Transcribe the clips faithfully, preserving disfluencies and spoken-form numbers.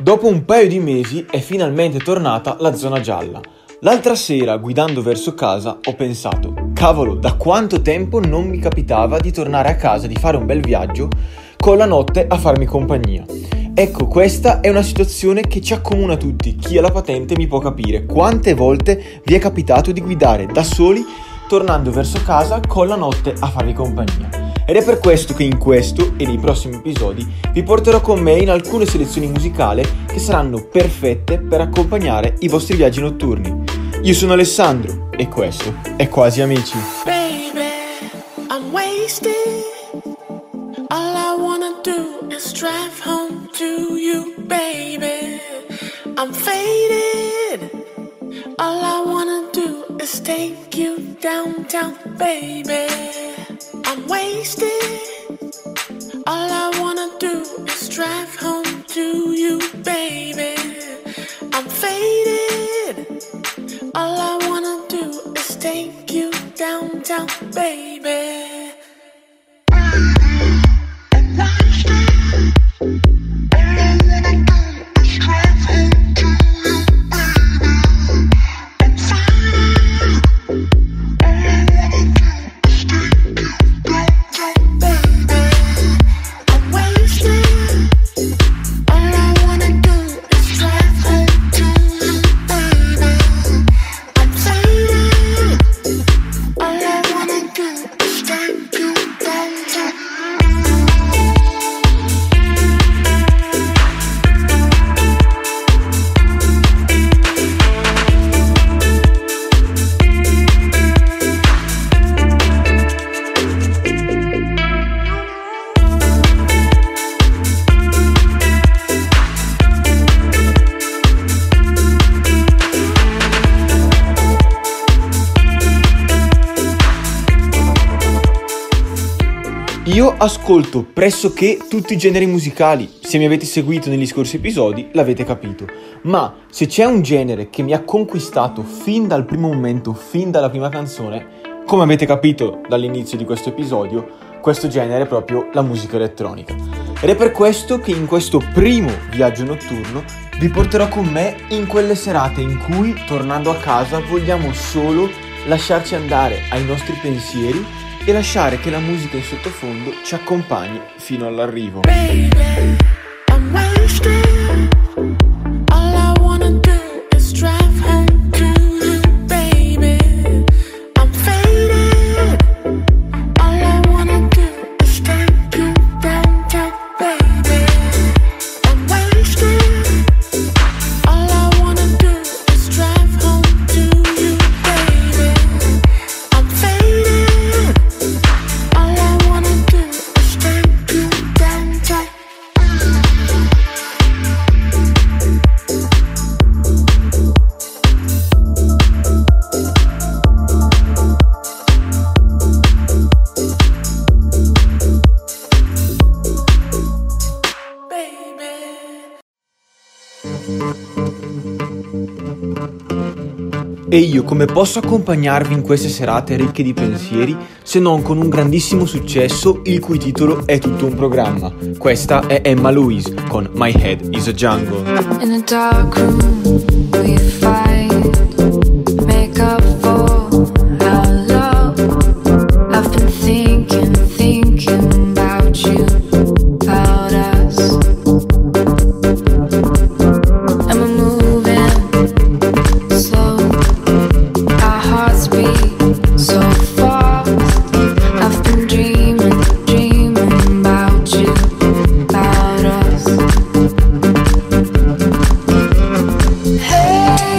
Dopo un paio di mesi è finalmente tornata la zona gialla. L'altra sera, guidando verso casa, ho pensato: cavolo, da quanto tempo non mi capitava di tornare a casa, di fare un bel viaggio con la notte a farmi compagnia. Ecco, questa è una situazione che ci accomuna tutti. Chi ha la patente mi può capire. Quante volte vi è capitato di guidare da soli, tornando verso casa con la notte a farvi compagnia? Ed è per questo che in questo e nei prossimi episodi vi porterò con me in alcune selezioni musicali che saranno perfette per accompagnare i vostri viaggi notturni. Io sono Alessandro e questo è Quasi Amici. Baby, I'm wasted. All I wanna do is drive home to you, baby. I'm faded. All I wanna do is take you downtown, baby. I'm wasted. All I wanna do is drive home to you, baby. I'm faded. All I wanna do is take you downtown, baby. Io ascolto pressoché tutti i generi musicali, se mi avete seguito negli scorsi episodi l'avete capito, ma se c'è un genere che mi ha conquistato fin dal primo momento, fin dalla prima canzone, come avete capito dall'inizio di questo episodio, questo genere è proprio la musica elettronica. Ed è per questo che in questo primo viaggio notturno vi porterò con me in quelle serate in cui, tornando a casa, vogliamo solo lasciarci andare ai nostri pensieri e lasciare che la musica in sottofondo ci accompagni fino all'arrivo. Baby, I'm wasted. All I wanna do is drive home to you, baby. I'm faded. All I wanna do is take you downtown, baby. I'm wasted. All I wanna do is drive home to you, baby. I'm faded. All I wanna do is take you downtown. E io come posso accompagnarvi in queste serate ricche di pensieri se non con un grandissimo successo il cui titolo è tutto un programma. Questa è Emma Louise con My Head is a Jungle. In a dark room we fight, make up for our love. I've been thinking, thinking about you, about us. And we're moving slow, our hearts beat so fast. I've been dreaming, dreaming about you, about us. Hey,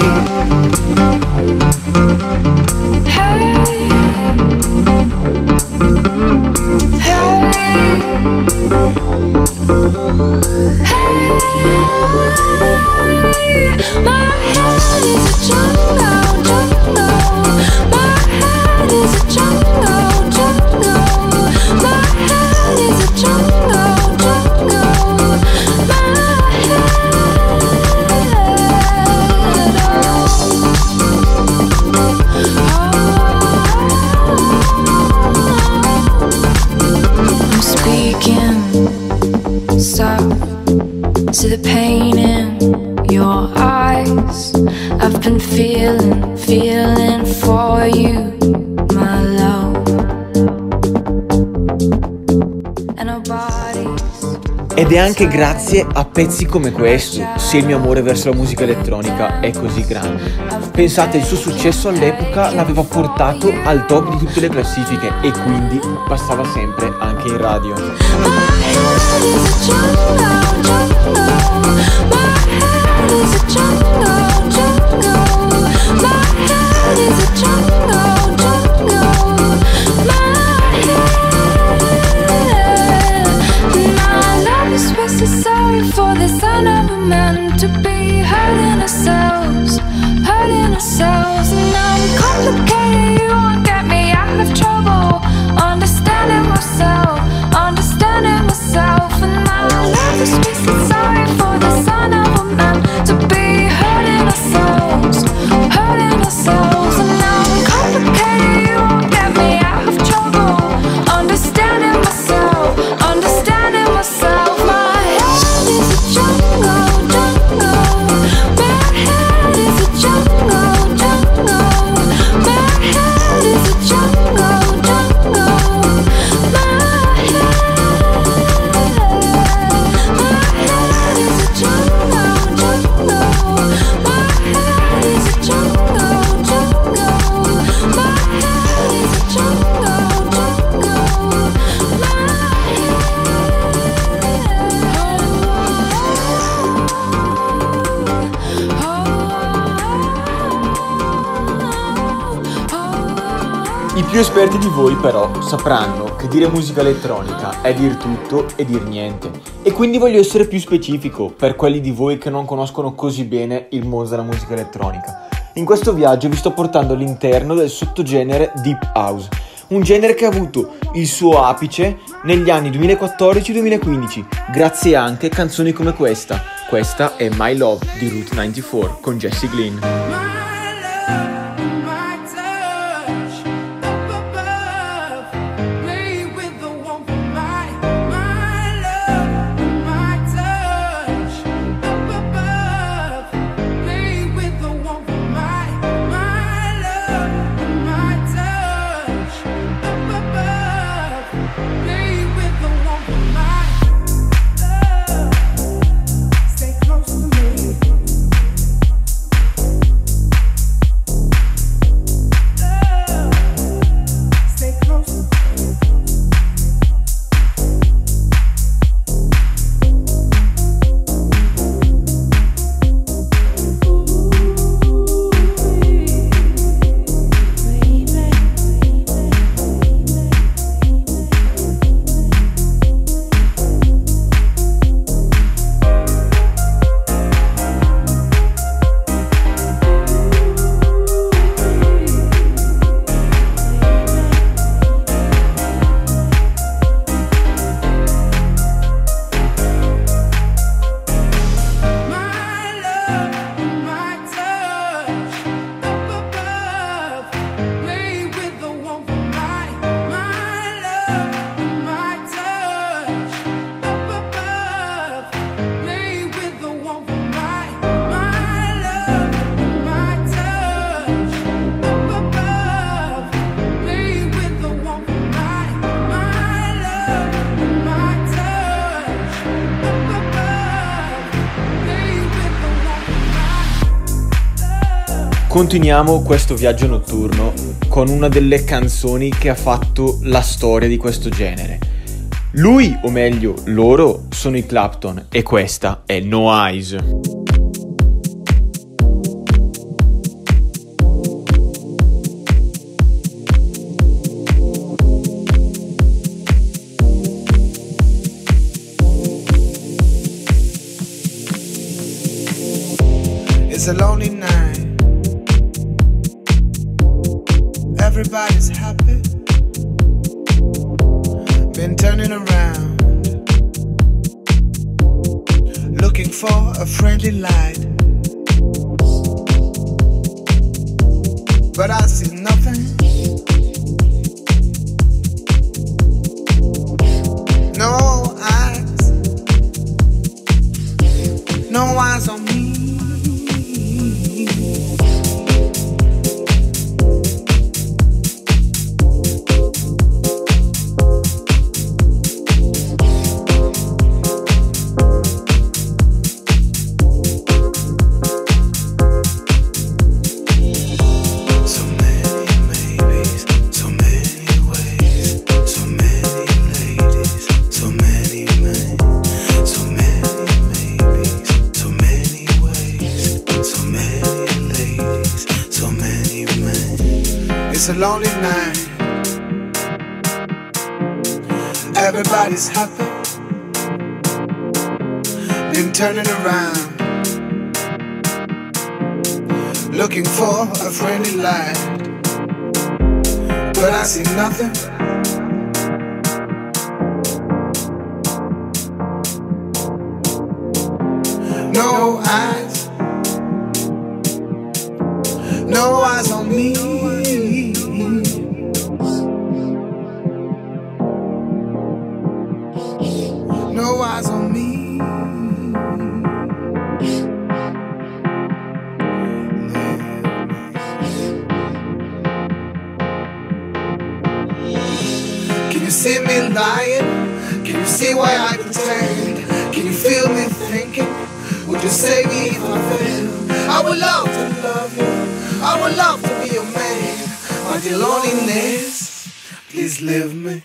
Ed è anche grazie a pezzi come questo se il mio amore verso la musica elettronica è così grande. Pensate, il suo successo all'epoca l'aveva portato al top di tutte le classifiche e quindi passava sempre anche in radio. Sorry for the son of a man to be hurting ourselves, hurting ourselves. And now I'm complicated, you won't get me out of trouble. Understanding myself, understanding myself. And now I love is wasted. Sorry for the son of a man to be hurting ourselves, hurting ourselves. And now I'm complicated, you won't get me out of trouble. Understanding myself, understanding myself. I più esperti di voi però sapranno che dire musica elettronica è dir tutto e dir niente, e quindi voglio essere più specifico per quelli di voi che non conoscono così bene il mondo della musica elettronica. In questo viaggio vi sto portando all'interno del sottogenere Deep House, un genere che ha avuto il suo apice negli anni duemilaquattordici duemilaquindici, grazie anche a canzoni come questa. Questa è My Love di Route novantaquattro con Jessie Glynn. Continuiamo questo viaggio notturno con una delle canzoni che ha fatto la storia di questo genere. Lui, o meglio loro, sono i Clapton e questa è No Eyes. It's a lonely night. Everybody's happy. Been turning around, looking for a friendly light, but I see nothing. No eyes, no eyes on me. lonely night. Everybody's happy, been turning around, looking for a friendly light, but I see nothing. No eyes, no eyes on me. No eyes on me. Can you see me lying? Can you see why I pretend? Can you feel me thinking? Would you save me if I fail? I would love to love you, I would love to be your man, but your loneliness, please leave me.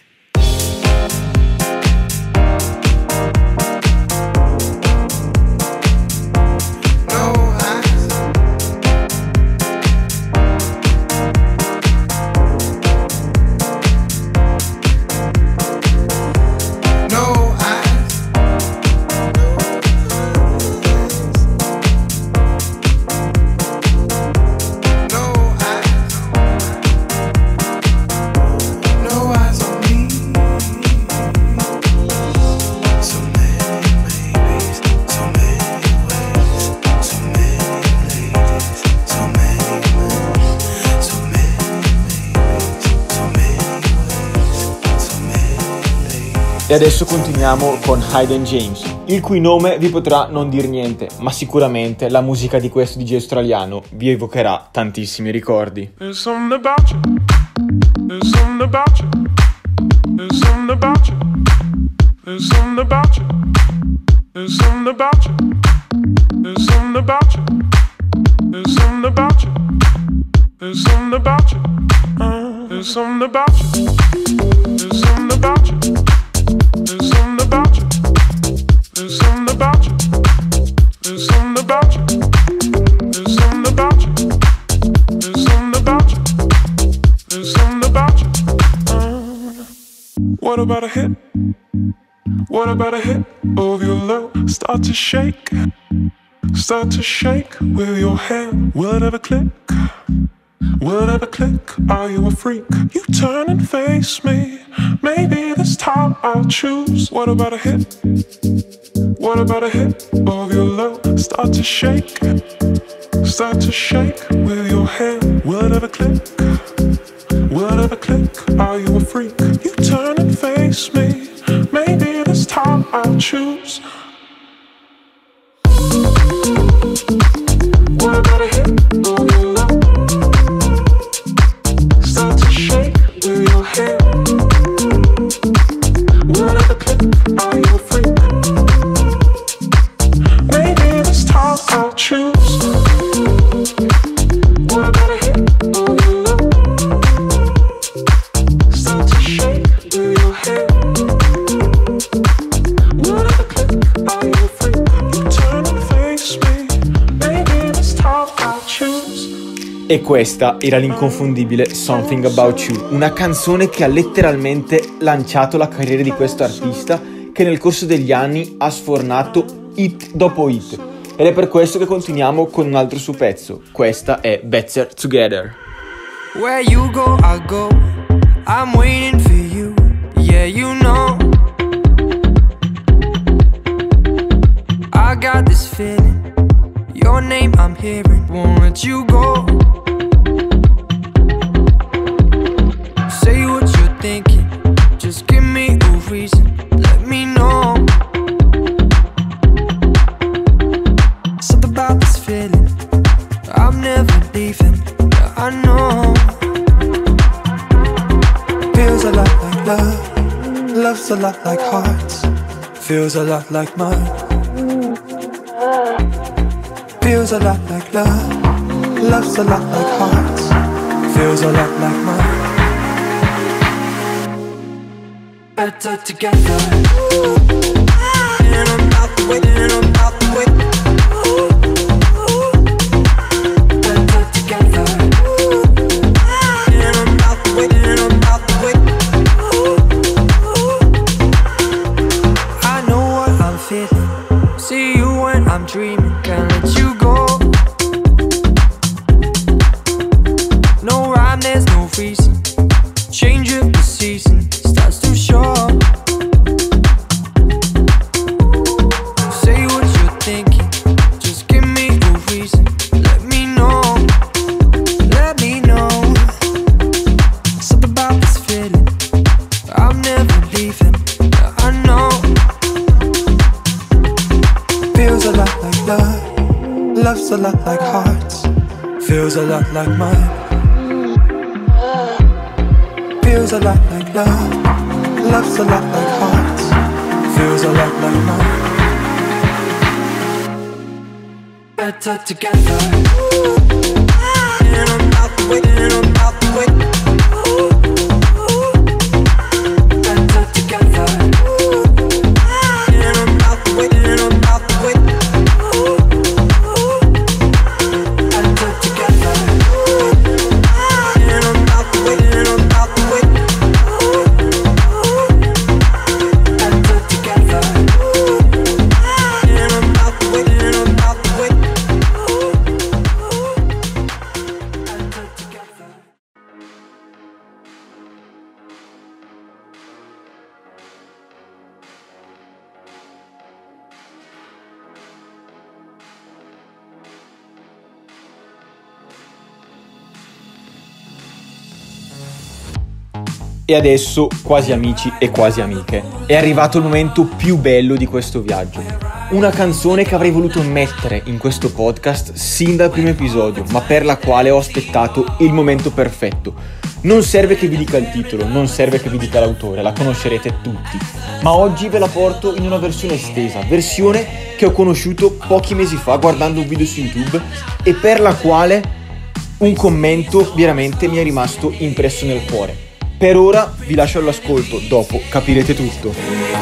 E adesso continuiamo con Hayden James, il cui nome vi potrà non dir niente, ma sicuramente la musica di questo D J australiano vi evocherà tantissimi ricordi. There's something about you. There's something about you. There's something about you. There's something about you. There's something about you. There's something about you. There's something about you. There's something about you. Uh, there's something about you. There's something about you. There's something about you. There's something about you. There's something about you. There's something about you. There's something about you. There's something about you. Uh, what about a hit? What about a hit of your love? Start to shake. Start to shake with your hand. Will it ever click? Will it ever click? Are you a freak? You turn and face me. Maybe this time I'll choose. What about a hit? What about a hit of your love? Start to shake. Start to shake with your hand. Will it ever click? Will it ever click? Are you a freak? You turn and face me. Maybe this time I'll choose. What about a hit of your love? Start to shake with your hand. Will it ever click? Are you a freak? Maybe this time I'll choose. What about a hit of your love? Start to shake with your hand. Will it ever click? Are you a freak? You turn and face me. Maybe this time I'll choose. E questa era l'inconfondibile Something About You, una canzone che ha letteralmente lanciato la carriera di questo artista che nel corso degli anni ha sfornato hit dopo hit. Ed è per questo che continuiamo con un altro suo pezzo. Questa è Better Together. Where you go, I'll go. I'm waiting for you. Yeah, you know. I got this feeling. Your name I'm hearing. Won't let you go. Say what you're thinking. Just give me a reason. Let me know. Something about this feeling. I'm never leaving. I know. Feels a lot like love. Love's a lot like hearts. Feels a lot like mine. Feels a lot like love. Love's a lot like hearts. Feels a lot like mine. Better together. And I'm out the way, and I'm out the way. Better together. And I'm out change of the season starts to show. Say what you're thinking, just give me a reason. Let me know, let me know. Something about this feeling, I'm never leaving, I know. Feels a lot like love, love's a lot like hearts, feels a lot like mine. Feels a lot like love, love's a lot like hearts, feels a lot like mine. Better together, and I'm out the way, and I'm out the way. Better together, and I'm out the way, and I'm out the way. Better together, and I'm out the way, and I'm out the way. Better together, and I'm out the way, and I'm out the way. Better together. E adesso, quasi amici e quasi amiche, è arrivato il momento più bello di questo viaggio. Una canzone che avrei voluto mettere in questo podcast sin dal primo episodio, ma per la quale ho aspettato il momento perfetto. Non serve che vi dica il titolo, non serve che vi dica l'autore, la conoscerete tutti. Ma oggi ve la porto in una versione estesa, versione che ho conosciuto pochi mesi fa guardando un video su YouTube e per la quale un commento veramente mi è rimasto impresso nel cuore. Per ora vi lascio all'ascolto, dopo capirete tutto.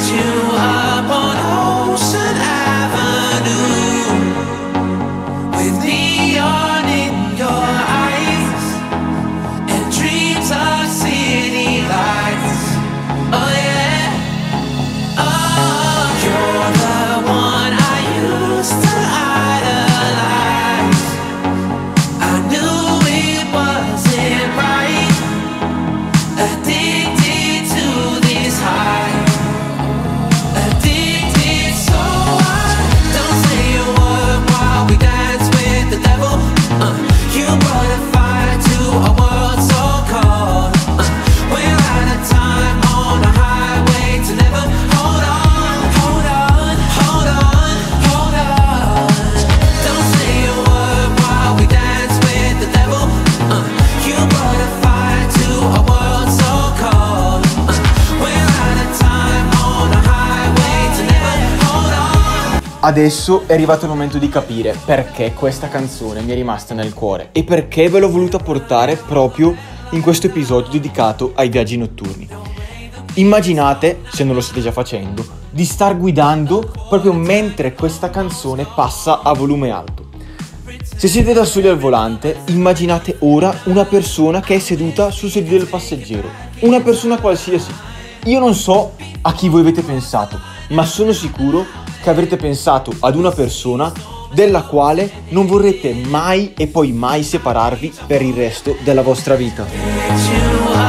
Adesso è arrivato il momento di capire perché questa canzone mi è rimasta nel cuore e perché ve l'ho voluta portare proprio in questo episodio dedicato ai viaggi notturni. Immaginate, se non lo state già facendo, di star guidando proprio mentre questa canzone passa a volume alto. Se siete da soli al volante, immaginate ora una persona che è seduta sul sedile del passeggero, una persona qualsiasi. Io non so a chi voi avete pensato, ma sono sicuro che avrete pensato ad una persona della quale non vorrete mai e poi mai separarvi per il resto della vostra vita.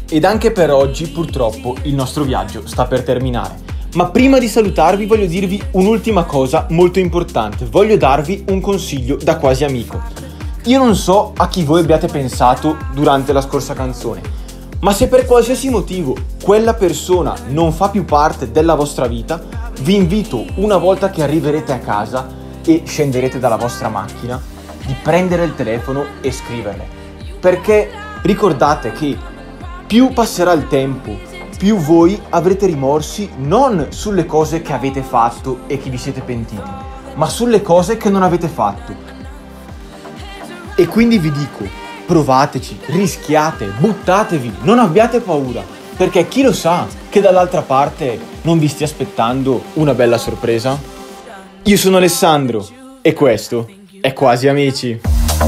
ed anche per oggi purtroppo il nostro viaggio sta per terminare. Ma prima di salutarvi voglio dirvi un'ultima cosa molto importante, voglio darvi un consiglio da quasi amico. Io non so a chi voi abbiate pensato durante la scorsa canzone, ma se per qualsiasi motivo quella persona non fa più parte della vostra vita, vi invito, una volta che arriverete a casa e scenderete dalla vostra macchina, di prendere il telefono e scriverle. Perché ricordate che più passerà il tempo, più voi avrete rimorsi non sulle cose che avete fatto e che vi siete pentiti, ma sulle cose che non avete fatto. E quindi vi dico, provateci, rischiate, buttatevi, non abbiate paura, perché chi lo sa che dall'altra parte non vi stia aspettando una bella sorpresa? Io sono Alessandro e questo è Quasi Amici.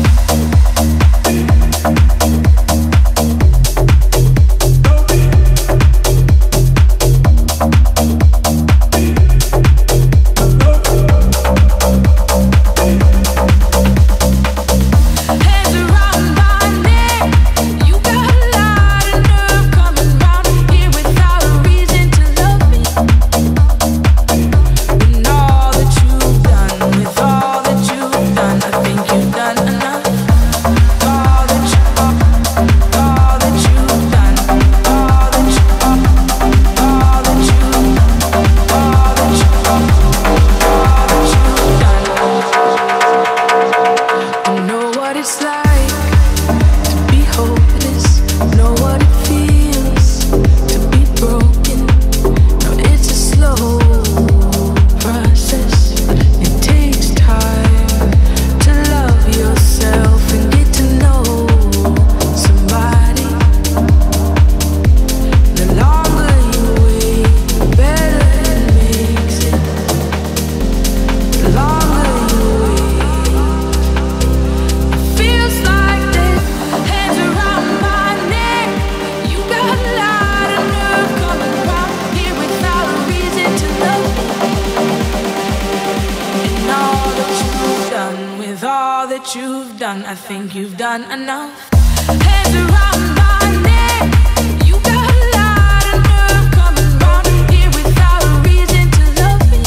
You've done, I think you've done enough. Hands around my neck, you got a lot of nerve coming round here without a reason to love me.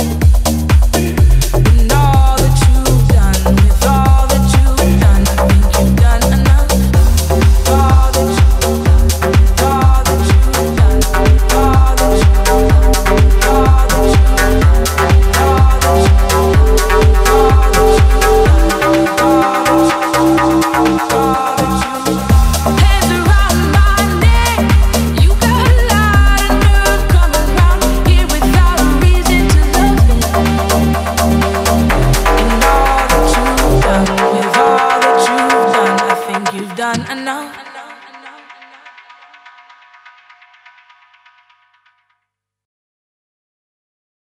And all that you've done, with all that you've done, I think you've done enough. All that you've done, with all that you've done, with all that you've done, all that you've done, all that you've done, all that you've done. Hands around my neck, you got a lot of nerve coming round here without a reason to love me. And all that you've done, with all that you've done, I think you've done enough.